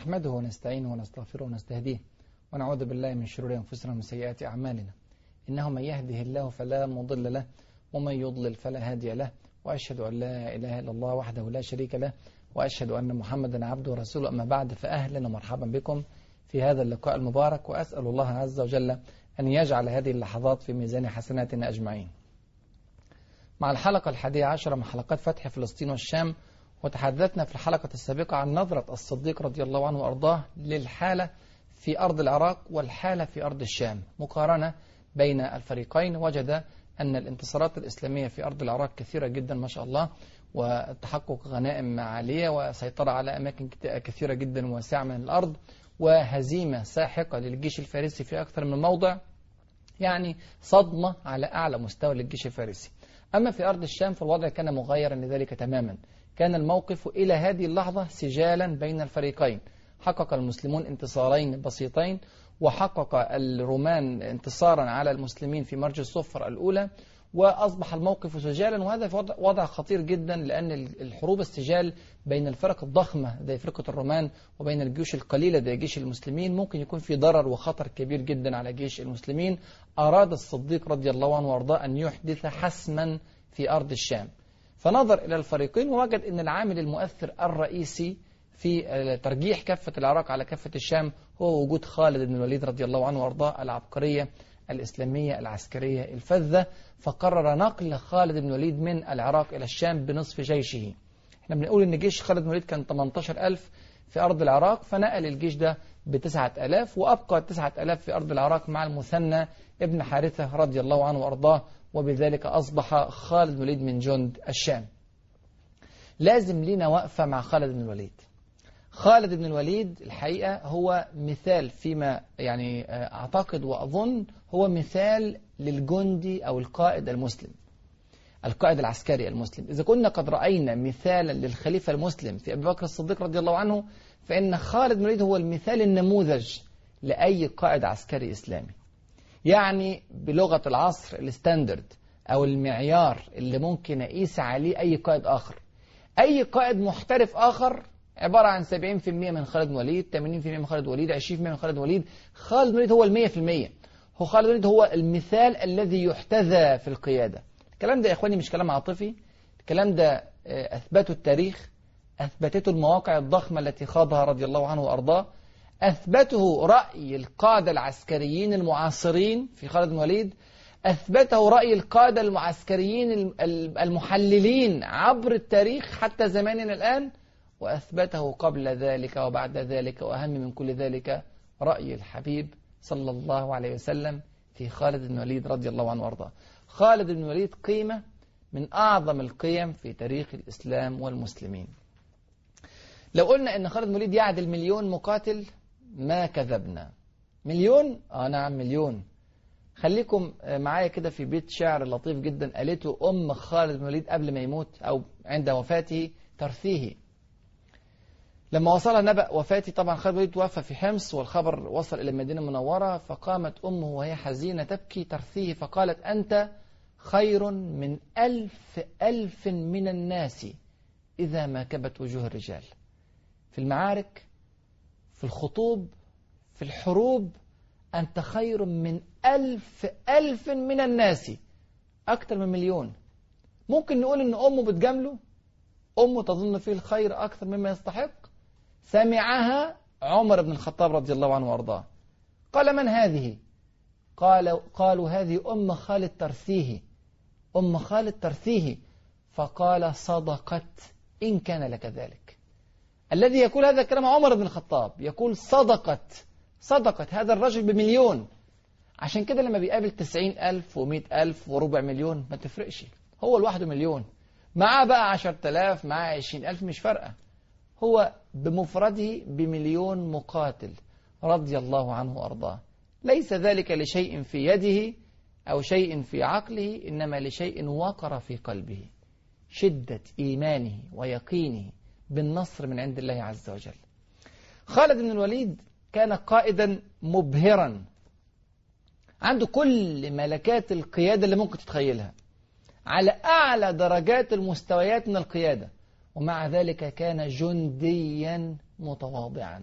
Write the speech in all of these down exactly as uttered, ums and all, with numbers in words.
نحمده ونستعينه ونستغفره ونستهديه ونعوذ بالله من شرور أنفسنا ومن سيئات أعمالنا. إنه من يهده الله فلا مضل له ومن يضلل فلا هادي له، وأشهد أن لا إله إلا الله وحده لا شريك له، وأشهد أن محمدا عبده ورسوله. أما بعد، فأهلا ومرحبا بكم في هذا اللقاء المبارك، وأسأل الله عز وجل أن يجعل هذه اللحظات في ميزان حسناتنا أجمعين. مع الحلقة الحادية عشرة من حلقات فتح فلسطين والشام، وتحدثنا في الحلقة السابقة عن نظرة الصديق رضي الله عنه وأرضاه للحالة في أرض العراق والحالة في أرض الشام، مقارنة بين الفريقين. وجد أن الانتصارات الإسلامية في أرض العراق كثيرة جدا ما شاء الله، وتحقق غنائم عالية وسيطرة على أماكن كثيرة جدا واسعة من الأرض، وهزيمة ساحقة للجيش الفارسي في أكثر من موضع، يعني صدمة على أعلى مستوى للجيش الفارسي. أما في أرض الشام فالوضع كان مغايرا لذلك تماما، كان الموقف إلى هذه اللحظة سجالا بين الفريقين. حقق المسلمون انتصارين بسيطين، وحقق الرومان انتصارا على المسلمين في مرج الصفر الأولى، وأصبح الموقف سجالا. وهذا وضع خطير جدا، لأن الحروب السجال بين الفرق الضخمة زي فرقة الرومان وبين الجيوش القليلة زي جيش المسلمين ممكن يكون في ضرر وخطر كبير جدا على جيش المسلمين. أراد الصديق رضي الله عنه وارضاه أن يحدث حسما في أرض الشام، فنظر إلى الفريقين ووجد أن العامل المؤثر الرئيسي في ترجيح كفة العراق على كفة الشام هو وجود خالد بن الوليد رضي الله عنه وارضاه، العبقرية الإسلامية العسكرية الفذة. فقرر نقل خالد بن الوليد من العراق إلى الشام بنصف جيشه. احنا بنقول أن جيش خالد بن الوليد كان ثمانية عشر ألف في أرض العراق، فنقل الجيش ده بتسعة آلاف، وأبقى تسعة آلاف في أرض العراق مع المثنى ابن حارثة رضي الله عنه وارضاه، وبذلك أصبح خالد بن الوليد من جند الشام. لازم لنا وقفة مع خالد بن الوليد. خالد بن الوليد الحقيقة هو مثال، فيما يعني أعتقد وأظن هو مثال للجندي أو القائد المسلم، القائد العسكري المسلم. إذا كنا قد رأينا مثالا للخليفة المسلم في أبي بكر الصديق رضي الله عنه، فإن خالد بن الوليد هو المثال النموذج لأي قائد عسكري إسلامي. يعني بلغة العصر الستاندرد أو المعيار اللي ممكن أقيس عليه أي قائد آخر. أي قائد محترف آخر عبارة عن سبعين بالمئة من خالد بن الوليد، ثمانين بالمئة من خالد بن الوليد، عشرين بالمئة من خالد بن الوليد. خالد بن الوليد هو المية في المية. هو خالد بن الوليد هو المثال الذي يحتذى في القيادة. الكلام ده يا إخواني مش كلام عاطفي، الكلام ده أثبته التاريخ، أثبتته المواقع الضخمة التي خاضها رضي الله عنه وأرضاه، أثبته رأي القادة العسكريين المعاصرين في خالد بن الوليد، أثبته رأي القادة المعسكريين المحللين عبر التاريخ حتى زماننا الآن، وأثبته قبل ذلك وبعد ذلك، وأهم من كل ذلك رأي الحبيب صلى الله عليه وسلم في خالد بن الوليد رضي الله عنه وارضاه. خالد بن الوليد قيمة من أعظم القيم في تاريخ الإسلام والمسلمين. لو قلنا أن خالد بن الوليد يعدل مليون مقاتل ما كذبنا. مليون؟ آه نعم مليون. خليكم معايا كده في بيت شعر لطيف جدا قالته أم خالد بن الوليد قبل ما يموت أو عند وفاته ترثيه. لما وصل نبأ وفاته، طبعا خالد بن الوليد توفى في حمص والخبر وصل إلى المدينة المنورة، فقامت أمه وهي حزينة تبكي ترثيه، فقالت: أنت خير من ألف ألف من الناس إذا ما كبت وجوه الرجال. في المعارك، في الخطوب، في الحروب، أنت خير من ألف ألف من الناس، أكثر من مليون. ممكن نقول إن أمه بتجامله، أمه تظن فيه الخير أكثر مما يستحق. سمعها عمر بن الخطاب رضي الله عنه وارضاه، قال: من هذه؟ قال قالوا: هذه أم خالد ترثيه، أم خالد ترثيه. فقال: صدقت إن كان لك ذلك. الذي يقول هذا الكلام عمر بن الخطاب، يقول صدقت صدقت هذا الرجل بمليون. عشان كده لما بيقابل تسعين ألف ومئة ألف وربع مليون ما تفرقش، هو لوحده مليون، معاه بقى عشرة آلاف، معاه عشرين ألف، مش فارقة، هو بمفرده بمليون مقاتل رضي الله عنه وأرضاه. ليس ذلك لشيء في يده أو شيء في عقله، إنما لشيء وقر في قلبه، شدة إيمانه ويقينه بالنصر من عند الله عز وجل. خالد بن الوليد كان قائدا مبهرا، عنده كل ملكات القيادة اللي ممكن تتخيلها، على أعلى درجات المستويات من القيادة، ومع ذلك كان جنديا متواضعا.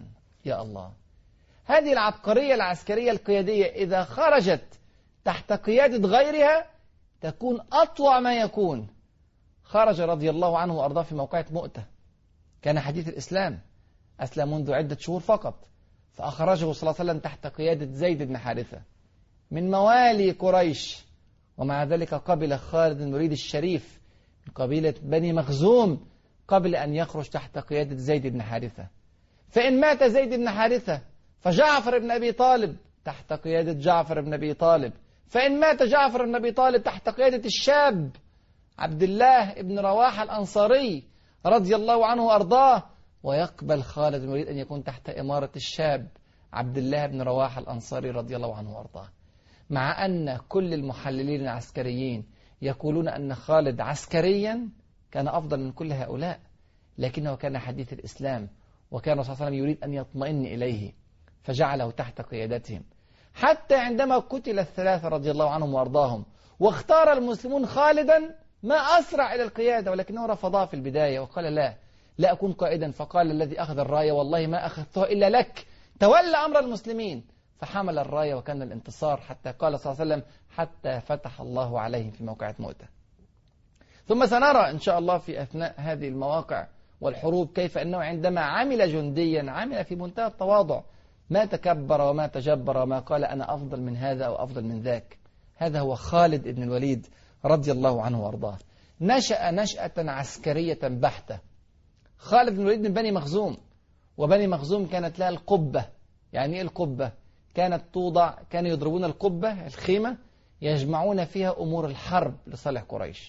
يا الله، هذه العبقرية العسكرية القيادية إذا خرجت تحت قيادة غيرها تكون أطوع ما يكون. خرج رضي الله عنه وأرضاه في موقعة مؤتة، كان حديث الإسلام، أسلم منذ عدة شهور فقط، فأخرجه صلى الله عليه وسلم تحت قيادة زيد بن حارثة من موالي قريش، ومع ذلك قبل خالد بن الوليد الشريف من قبيلة بني مخزوم قبل أن يخرج تحت قيادة زيد بن حارثة. فإن مات زيد بن حارثة فجعفر بن أبي طالب تحت قيادة جعفر بن أبي طالب، فإن مات جعفر بن أبي طالب تحت قيادة الشاب عبد الله بن رواحة الأنصاري رضي الله عنه وأرضاه، ويقبل خالد بن الوليد أن يكون تحت إمارة الشاب عبد الله بن رواحة الأنصاري رضي الله عنه وأرضاه. مع أن كل المحللين العسكريين يقولون أن خالد عسكريا كان أفضل من كل هؤلاء، لكنه كان حديث الإسلام، وكان صلى الله عليه وسلم يريد أن يطمئن إليه فجعله تحت قيادتهم، حتى عندما قتل الثلاثة رضي الله عنهم وأرضاهم واختار المسلمون خالدا ما أسرع إلى القيادة، ولكنه رفضها في البداية وقال لا لا أكون قائدا. فقال الذي أخذ الراية والله ما أخذتها إلا لك، تولى أمر المسلمين، فحمل الراية وكان الانتصار، حتى قال صلى الله عليه وسلم حتى فتح الله عليهم في موقعة مؤتة. ثم سنرى إن شاء الله في أثناء هذه المواقع والحروب كيف أنه عندما عمل جنديا عمل في منتهى التواضع، ما تكبر وما تجبر وما قال أنا أفضل من هذا أو أفضل من ذاك. هذا هو خالد بن الوليد رضي الله عنه وأرضاه. نشأ نشأة عسكرية بحتة. خالد بن الوليد من بني مخزوم، وبني مخزوم كانت لها القبة. يعني إيه القبة؟ كانت توضع، كانوا يضربون القبة الخيمة يجمعون فيها أمور الحرب لصالح قريش.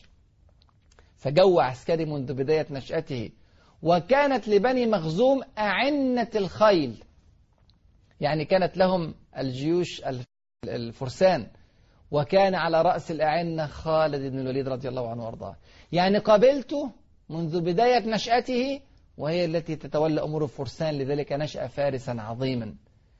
فجو عسكري منذ بداية نشأته. وكانت لبني مخزوم أعنة الخيل، يعني كانت لهم الجيوش الفرسان، وكان على رأس الأعنة خالد بن الوليد رضي الله عنه وارضاه. يعني قابلته منذ بداية نشأته وهي التي تتولى أمور الفرسان، لذلك نشأ فارسا عظيما.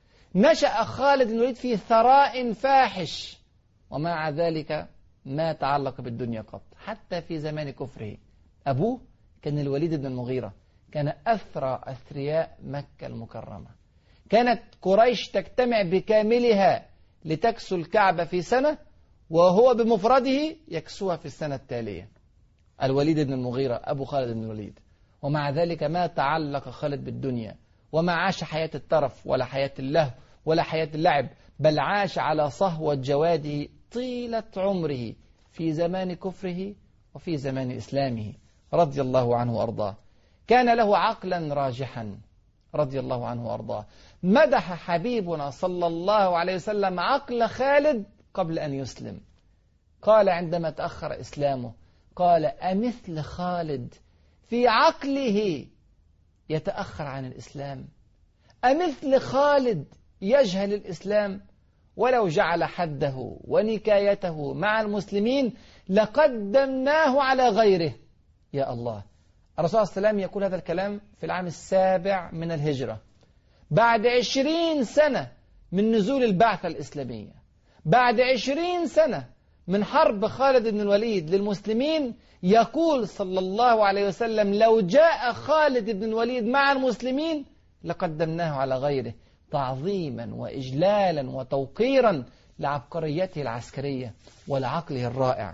نشأ خالد بن الوليد في ثراء فاحش، ومع ذلك ما تعلق بالدنيا قط حتى في زمان كفره. أبوه كان الوليد بن المغيرة، كان أثرى أثرياء مكة المكرمة. كانت قريش تجتمع بكاملها لتكسو الكعبة في سنة، وهو بمفرده يكسوها في السنة التالية. الوليد بن المغيرة أبو خالد بن الوليد، ومع ذلك ما تعلق خالد بالدنيا، وما عاش حياة الترف ولا حياة اللهو ولا حياة اللعب، بل عاش على صهوة جواده طيلة عمره في زمان كفره وفي زمان إسلامه رضي الله عنه وأرضاه. كان له عقلا راجحا رضي الله عنه وأرضاه. مدح حبيبنا صلى الله عليه وسلم عقل خالد قبل أن يسلم. قال عندما تأخر إسلامه، قال أمثل خالد في عقله يتأخر عن الإسلام؟ أمثل خالد يجهل الإسلام؟ ولو جعل حده ونكايته مع المسلمين لقدمناه على غيره. يا الله، الرسول صلى الله عليه وسلم يقول هذا الكلام في العام السابع من الهجرة، بعد عشرين سنة من نزول البعثة الإسلامية، بعد عشرين سنة من حرب خالد بن الوليد للمسلمين، يقول صلى الله عليه وسلم لو جاء خالد بن الوليد مع المسلمين لقدمناه على غيره، تعظيما وإجلالا وتوقيرا لعبقريته العسكرية ولعقله الرائع.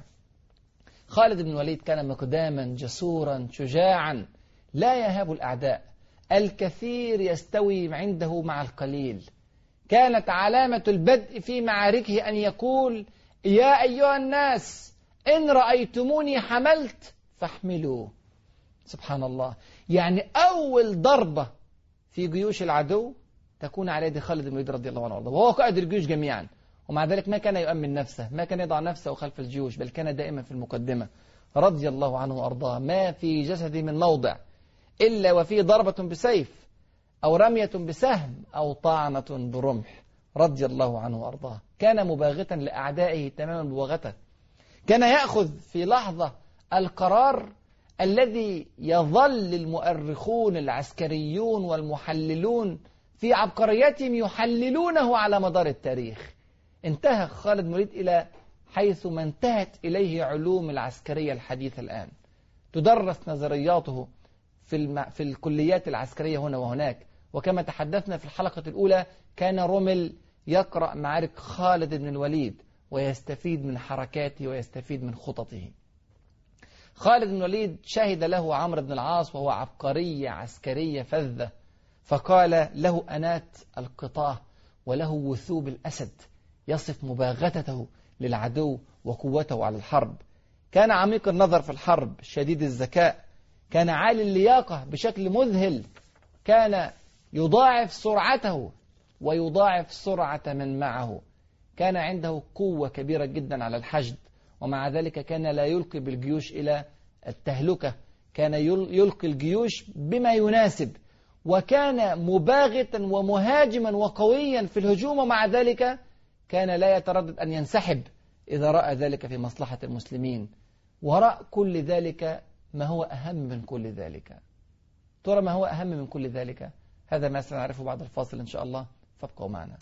خالد بن الوليد كان مقداما جسورا شجاعا لا يهاب الأعداء، الكثير يستوي عنده مع القليل. كانت علامة البدء في معاركه أن يقول يا أيها الناس إن رأيتموني حملت فاحملوا. سبحان الله، يعني أول ضربة في جيوش العدو تكون على يد خالد بن الوليد رضي الله عنه، وهو قائد الجيوش جميعا، ومع ذلك ما كان يؤمن نفسه، ما كان يضع نفسه خلف الجيوش، بل كان دائما في المقدمة رضي الله عنه وأرضاه. ما في جسده من موضع إلا وفيه ضربة بسيف أو رمية بسهم أو طعنة برمح رضي الله عنه وأرضاه. كان مباغتا لأعدائه تماما بوغته. كان يأخذ في لحظة القرار الذي يظل المؤرخون العسكريون والمحللون في عبقريتهم يحللونه على مدار التاريخ. انتهى خالد بن الوليد إلى حيث ما انتهت إليه علوم العسكرية الحديثة الآن. تدرس نظرياته في, الم... في الكليات العسكرية هنا وهناك، وكما تحدثنا في الحلقة الأولى كان رمل يقرأ معارك خالد بن الوليد ويستفيد من حركاته ويستفيد من خططه. خالد بن الوليد شهد له عمرو بن العاص وهو عبقرية عسكرية فذة، فقال له أنات القطاه وله وثوب الأسد، يصف مباغتته للعدو وقوته على الحرب. كان عميق النظر في الحرب، شديد الذكاء، كان عالي اللياقة بشكل مذهل، كان يضاعف سرعته ويضاعف سرعة من معه، كان عنده قوة كبيرة جدا على الحشد، ومع ذلك كان لا يلقي بالجيوش إلى التهلكة، كان يلقي الجيوش بما يناسب، وكان مباغتا ومهاجما وقويا في الهجوم، ومع ذلك كان لا يتردد أن ينسحب إذا رأى ذلك في مصلحة المسلمين. وراء كل ذلك ما هو أهم من كل ذلك؟ ترى ما هو أهم من كل ذلك؟ هذا ما سنعرفه بعد الفاصل إن شاء الله، فابقوا معنا.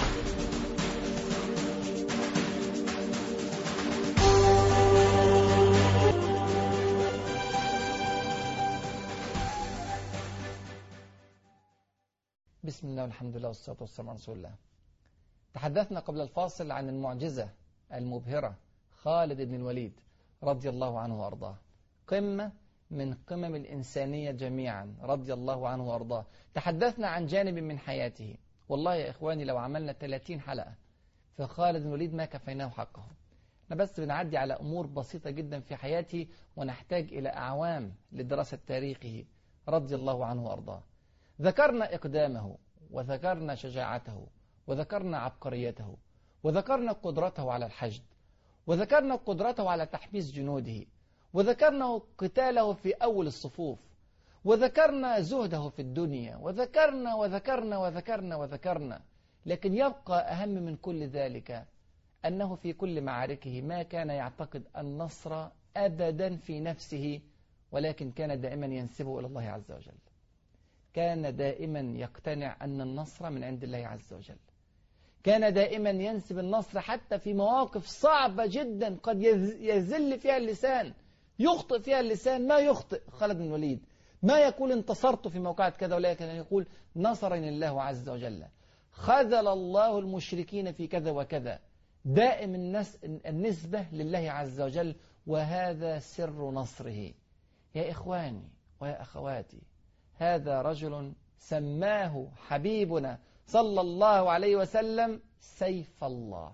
بسم الله والحمد لله والصلاة والسلام على رسول الله. تحدثنا قبل الفاصل عن المعجزة المبهرة خالد بن الوليد رضي الله عنه وأرضاه، قمة من قمم الإنسانية جميعا رضي الله عنه وأرضاه. تحدثنا عن جانب من حياته، والله يا إخواني لو عملنا ثلاثين حلقة في خالد بن الوليد ما كفيناه حقه. احنا بس بنعدي على أمور بسيطة جدا في حياته، ونحتاج إلى أعوام لدراسة تاريخه رضي الله عنه وأرضاه. ذكرنا إقدامه، وذكرنا شجاعته، وذكرنا عبقريته، وذكرنا قدرته على الحشد، وذكرنا قدرته على تحميس جنوده، وذكرنا قتاله في أول الصفوف، وذكرنا زهده في الدنيا، وذكرنا وذكرنا وذكرنا وذكرنا. لكن يبقى أهم من كل ذلك أنه في كل معاركه ما كان يعتقد النصر أبدا في نفسه، ولكن كان دائما ينسبه إلى الله عز وجل. كان دائما يقتنع أن النصر من عند الله عز وجل. كان دائما ينسب النصر حتى في مواقف صعبة جدا قد يزل فيها اللسان، يخطئ فيها اللسان، ما يخطئ خالد بن الوليد، ما يقول انتصرت في موقعة كذا، ولكن يقول نصرني الله عز وجل، خذل الله المشركين في كذا وكذا. دائم النس النسبة لله عز وجل، وهذا سر نصره. يا إخواني ويا أخواتي، هذا رجل سماه حبيبنا صلى الله عليه وسلم سيف الله.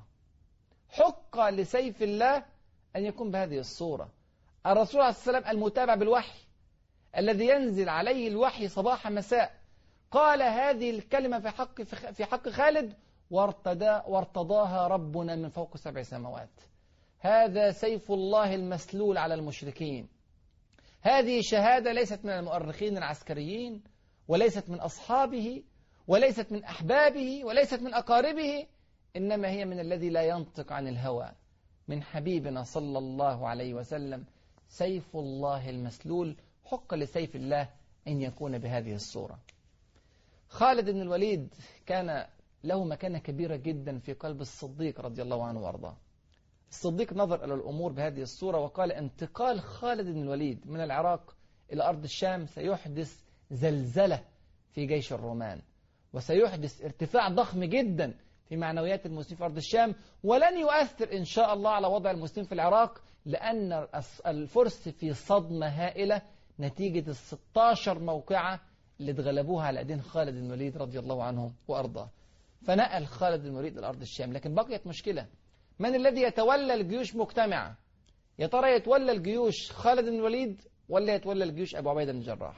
حق لسيف الله أن يكون بهذه الصورة. الرسول عليه الصلاة والسلام المتابع بالوحي الذي ينزل عليه الوحي صباح مساء قال هذه الكلمة في حق في حق خالد وارتدى وارتضاها ربنا من فوق سبع سماوات. هذا سيف الله المسلول على المشركين. هذه شهادة ليست من المؤرخين العسكريين، وليست من أصحابه، وليست من أحبابه، وليست من أقاربه، إنما هي من الذي لا ينطق عن الهوى، من حبيبنا صلى الله عليه وسلم. سيف الله المسلول، حق لسيف الله أن يكون بهذه الصورة. خالد بن الوليد كان له مكانة كبيرة جدا في قلب الصديق رضي الله عنه وارضاه. الصديق نظر إلى الأمور بهذه الصورة وقال انتقال خالد بن الوليد من العراق إلى أرض الشام سيحدث زلزلة في جيش الرومان، وسيحدث ارتفاع ضخم جدا في معنويات المسلمين في أرض الشام، ولن يؤثر إن شاء الله على وضع المسلمين في العراق، لأن الفرس في صدمة هائلة نتيجة الستاشر موقعة اللي اتغلبوها على أيدين خالد بن الوليد رضي الله عنه وأرضاه. فنقل خالد بن الوليد إلى أرض الشام، لكن بقيت مشكلة: من الذي يتولى الجيوش مجتمعة؟ يا ترى يتولى الجيوش خالد بن الوليد ولا يتولى الجيوش أبو عبيدة بن الجراح؟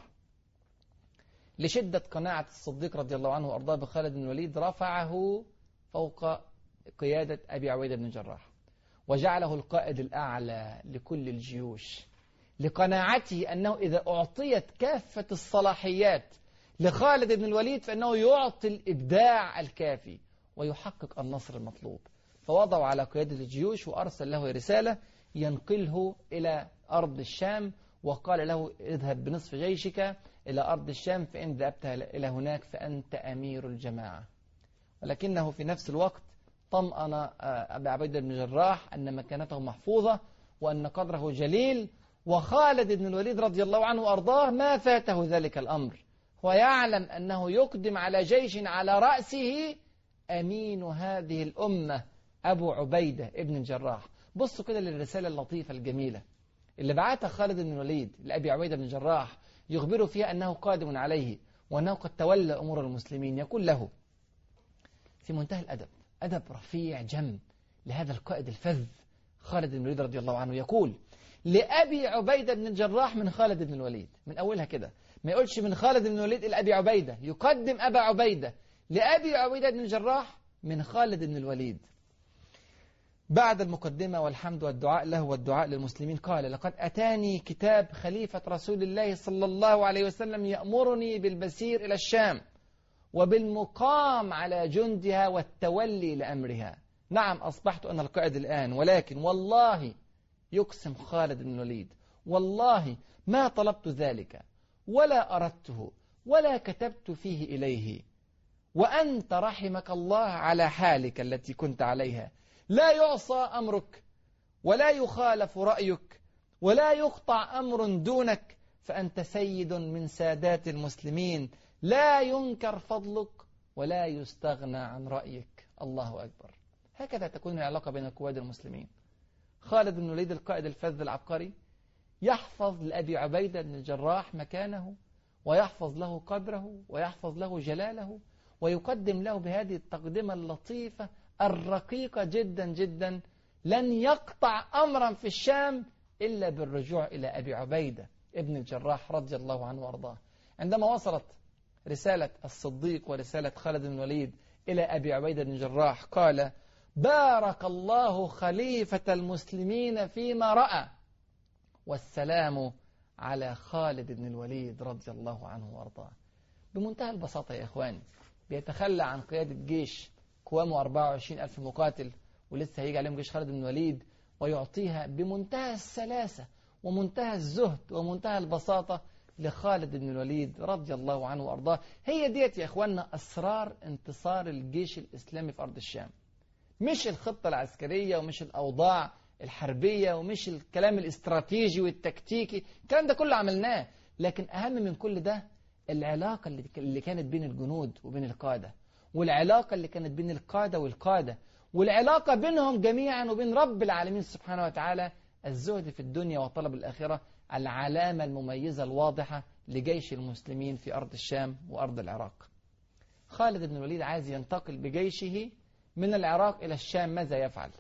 لشدة قناعة الصديق رضي الله عنه وأرضاه بخالد بن الوليد رفعه فوق قيادة أبي عبيدة بن الجراح وجعله القائد الأعلى لكل الجيوش، لقناعته أنه إذا أعطيت كافة الصلاحيات لخالد بن الوليد فإنه يعطي الإبداع الكافي ويحقق النصر المطلوب. فوضعوا على قيادة الجيوش وأرسل له رسالة ينقله إلى أرض الشام، وقال له اذهب بنصف جيشك إلى أرض الشام، فإن ذهبت إلى هناك فأنت أمير الجماعة. ولكنه في نفس الوقت طمأن أبي عبيدة بن الجراح أن مكانته محفوظة وأن قدره جليل، وخالد بن الوليد رضي الله عنه وأرضاه ما فاته ذلك الأمر. هو يعلم أنه يقدم على جيش على رأسه أمين هذه الأمة أبو عبيدة ابن الجراح. بصوا كده للرسالة اللطيفة الجميلة اللي بعتها خالد بن الوليد لأبي عبيدة بن الجراح، يخبره فيها أنه قادم عليه وأنه قد تولى أمور المسلمين. يقول له في منتهى الأدب، أدب رفيع جم لهذا القائد الفذ خالد بن الوليد رضي الله عنه، يقول لأبي عبيدة بن الجراح من خالد بن الوليد، من أولها كده ما يقولش من خالد بن الوليد إلى أبي عبيدة، يقدم أبا عبيدة لأبي عبيدة بن الجراح من خالد بن الوليد. بعد المقدمة والحمد والدعاء له والدعاء للمسلمين قال لقد أتاني كتاب خليفة رسول الله صلى الله عليه وسلم يأمرني بالبسير إلى الشام وبالمقام على جندها والتولي لأمرها. نعم أصبحت أنا القائد الآن، ولكن والله يقسم خالد بن الوليد والله ما طلبت ذلك ولا أردته ولا كتبت فيه إليه، وأنت رحمك الله على حالك التي كنت عليها، لا يعصى أمرك ولا يخالف رأيك ولا يقطع أمر دونك، فأنت سيد من سادات المسلمين لا ينكر فضلك ولا يستغنى عن رأيك. الله أكبر. هكذا تكون العلاقة بين قواد المسلمين. خالد بن الوليد القائد الفذ العبقري يحفظ لأبي عبيدة بن الجراح مكانه ويحفظ له قدره ويحفظ له جلاله، ويقدم له بهذه التقدمة اللطيفة الرقيقة جدا جدا، لن يقطع أمرا في الشام إلا بالرجوع إلى أبي عبيدة ابن الجراح رضي الله عنه وأرضاه. عندما وصلت رسالة الصديق ورسالة خالد بن الوليد إلى أبي عبيدة بن الجراح قال بارك الله خليفة المسلمين فيما رأى، والسلام على خالد بن الوليد رضي الله عنه وأرضاه. بمنتهى البساطة يا إخواني، بيتخلى عن قيادة جيش قوامه أربعة وعشرين ألف مقاتل ولسه هيجي عليهم جيش خالد بن الوليد، ويعطيها بمنتهى السلاسة ومنتهى الزهد ومنتهى البساطة لخالد بن الوليد رضي الله عنه وأرضاه. هي ديت يا إخواننا أسرار انتصار الجيش الإسلامي في أرض الشام، مش الخطة العسكرية ومش الأوضاع الحربية ومش الكلام الاستراتيجي والتكتيكي، الكلام ده كله عملناه، لكن أهم من كل ده العلاقة اللي كانت بين الجنود وبين القادة، والعلاقة اللي كانت بين القادة والقادة، والعلاقة بينهم جميعا وبين رب العالمين سبحانه وتعالى. الزهد في الدنيا وطلب الآخرة العلامة المميزة الواضحة لجيش المسلمين في أرض الشام وأرض العراق. خالد بن الوليد عايز ينتقل بجيشه من العراق إلى الشام، ماذا يفعل؟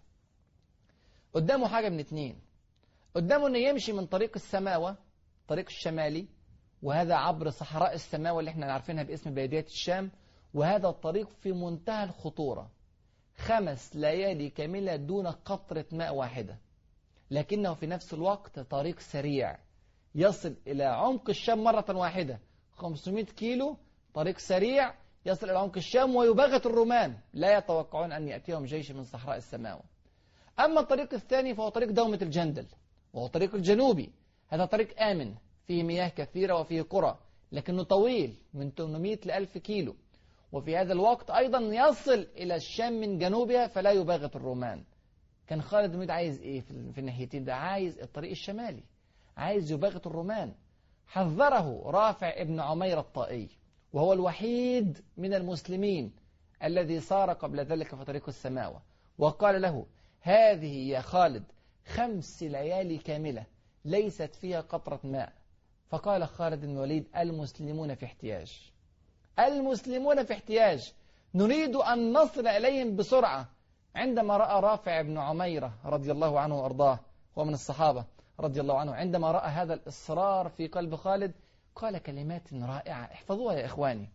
قدامه حاجة من اتنين، قدامه أنه يمشي من طريق السماوة، طريق الشمالي، وهذا عبر صحراء السماوة اللي احنا عارفينها باسم بادية الشام، وهذا الطريق في منتهى الخطورة، خمس ليالي كاملة دون قطرة ماء واحدة، لكنه في نفس الوقت طريق سريع يصل إلى عمق الشام مرة واحدة، خمسمائة كيلو طريق سريع يصل إلى عمق الشام، ويباغت الرومان لا يتوقعون أن يأتيهم جيش من صحراء السماوة. أما الطريق الثاني فهو طريق دومة الجندل، وهو طريق الجنوبي، هذا طريق آمن فيه مياه كثيرة وفيه قرى، لكنه طويل من ثمانمائة ل ألف كيلو، وفي هذا الوقت أيضا يصل إلى الشام من جنوبها فلا يباغت الرومان. كان خالد بن الوليد عايز إيه في الناحيتين ده؟ عايز الطريق الشمالي، عايز يباغت الرومان. حذره رافع ابن عمير الطائي، وهو الوحيد من المسلمين الذي سار قبل ذلك في طريق السماوة، وقال له هذه يا خالد خمس ليالي كاملة ليست فيها قطرة ماء. فقال خالد بن الوليد المسلمون في احتياج، المسلمون في احتياج، نريد أن نصل إليهم بسرعة. عندما رأى رافع بن عميرة رضي الله عنه وأرضاه، هو من الصحابة رضي الله عنه، عندما رأى هذا الإصرار في قلب خالد قال كلمات رائعة احفظوها يا إخواني.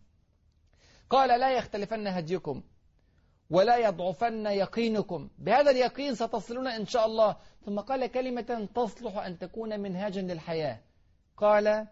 قال لا يختلفن هديكم ولا يضعفن يقينكم، بهذا اليقين ستصلون إن شاء الله. ثم قال كلمة تصلح أن تكون منهاجا للحياة، قال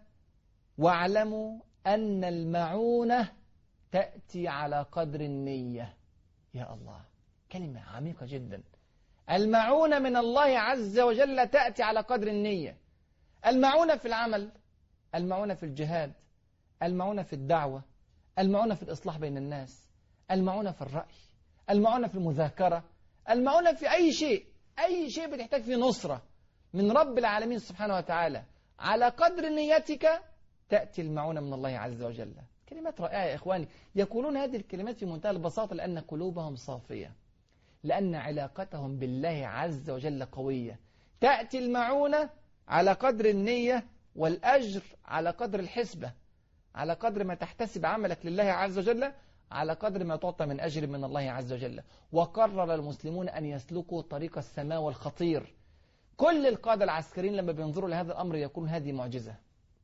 واعلموا أن المعونة تأتي على قدر النية. يا الله، كلمة عميقة جدا. المعونة من الله عز وجل تأتي على قدر النية. المعونة في العمل، المعونة في الجهاد، المعونة في الدعوة، المعونة في الإصلاح بين الناس، المعونة في الرأي، المعونة في المذاكرة، المعونة في أي شيء، أي شيء بتحتاج فيه نصرة من رب العالمين سبحانه وتعالى. على قدر نيتك تأتي المعونة من الله عز وجل. كلمات رائعة يا إخواني، يقولون هذه الكلمات في منتهى البساطة لأن قلوبهم صافية، لأن علاقتهم بالله عز وجل قوية. تأتي المعونة على قدر النية، والأجر على قدر الحسبة، على قدر ما تحتسب عملك لله عز وجل، على قدر ما تعطى من أجر من الله عز وجل. وقرر المسلمون أن يسلكوا طريق السماء والخطير. كل القادة العسكريين لما بينظروا لهذا الأمر يقولون هذه معجزة،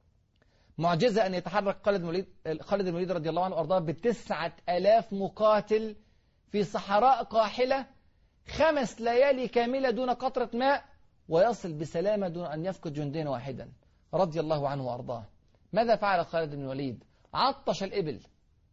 معجزة أن يتحرك خالد بن الوليد خالد بن الوليد رضي الله عنه وأرضاه بتسعة آلاف مقاتل في صحراء قاحلة خمس ليالي كاملة دون قطرة ماء، ويصل بسلامة دون أن يفقد جندين واحدا رضي الله عنه وأرضاه. ماذا فعل خالد بن الوليد؟ عطش الإبل،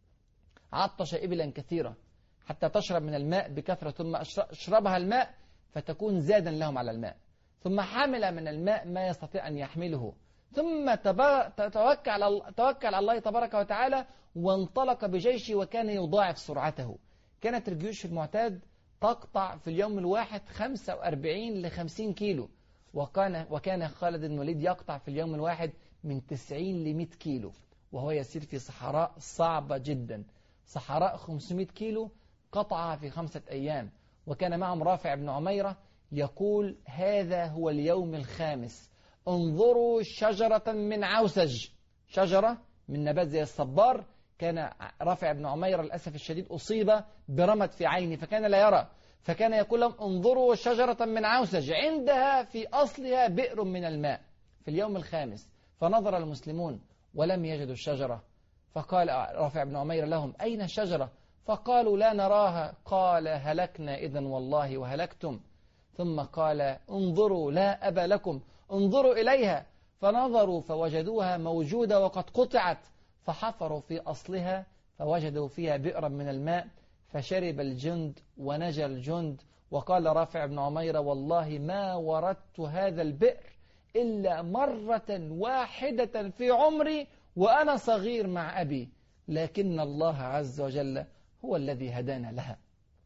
عطش إبلا كثيرة حتى تشرب من الماء بكثرة، ثم أشربها الماء فتكون زادا لهم على الماء، ثم حمل من الماء ما يستطيع أن يحمله، ثم توكل على توكل على الله تبارك وتعالى وانطلق بجيشه، وكان يضاعف سرعته. كانت الجيوش المعتاد تقطع في اليوم الواحد خمسة وأربعين لخمسين كيلو، وكان وكان خالد بن الوليد يقطع في اليوم الواحد من تسعين لمئة كيلو، وهو يسير في صحراء صعبة جدا، صحراء خمسمئة كيلو قطعها في خمسة أيام. وكان معهم رافع بن عميرة يقول: هذا هو اليوم الخامس، انظروا شجرة من عوسج، شجرة من نبات زي الصبار. كان رافع بن عميرة للأسف الشديد أصيب برمد في عينه فكان لا يرى، فكان يقول لهم: انظروا شجرة من عوسج عندها في أصلها بئر من الماء في اليوم الخامس. فنظر المسلمون ولم يجدوا الشجرة، فقال رافع بن عميرة لهم: أين الشجرة؟ فقالوا: لا نراها. قال: هلكنا إذن والله وهلكتم. ثم قال: انظروا لا أبا لكم، انظروا إليها. فنظروا فوجدوها موجودة وقد قطعت، فحفروا في أصلها فوجدوا فيها بئرا من الماء، فشرب الجند ونجى الجند. وقال رافع بن عميرة: والله ما وردت هذا البئر إلا مرة واحدة في عمري وأنا صغير مع أبي، لكن الله عز وجل هو الذي هدانا لها.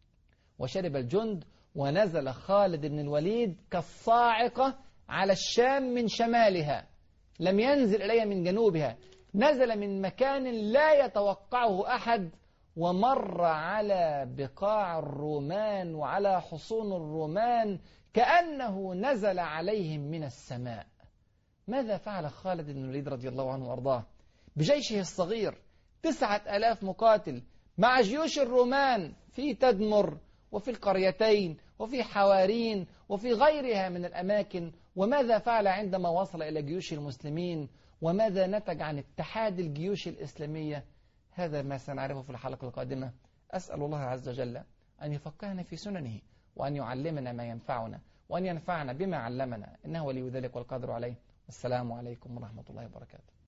وشرب الجند، ونزل خالد بن الوليد كالصاعقة على الشام من شمالها، لم ينزل إليها من جنوبها، نزل من مكان لا يتوقعه أحد، ومر على بقاع الرومان وعلى حصون الرومان كأنه نزل عليهم من السماء. ماذا فعل خالد بن الوليد رضي الله عنه وأرضاه بجيشه الصغير؟ تسعة آلاف مقاتل مع جيوش الرومان في تدمر وفي القريتين وفي حوارين وفي غيرها من الأماكن. وماذا فعل عندما وصل إلى جيوش المسلمين؟ وماذا نتج عن اتحاد الجيوش الإسلامية؟ هذا ما سنعرفه في الحلقة القادمة. أسأل الله عز وجل أن يفقهنا في سننه، وأن يعلمنا ما ينفعنا، وأن ينفعنا بما علمنا، إنه ولي ذلك والقادر عليه. السلام عليكم ورحمة الله وبركاته.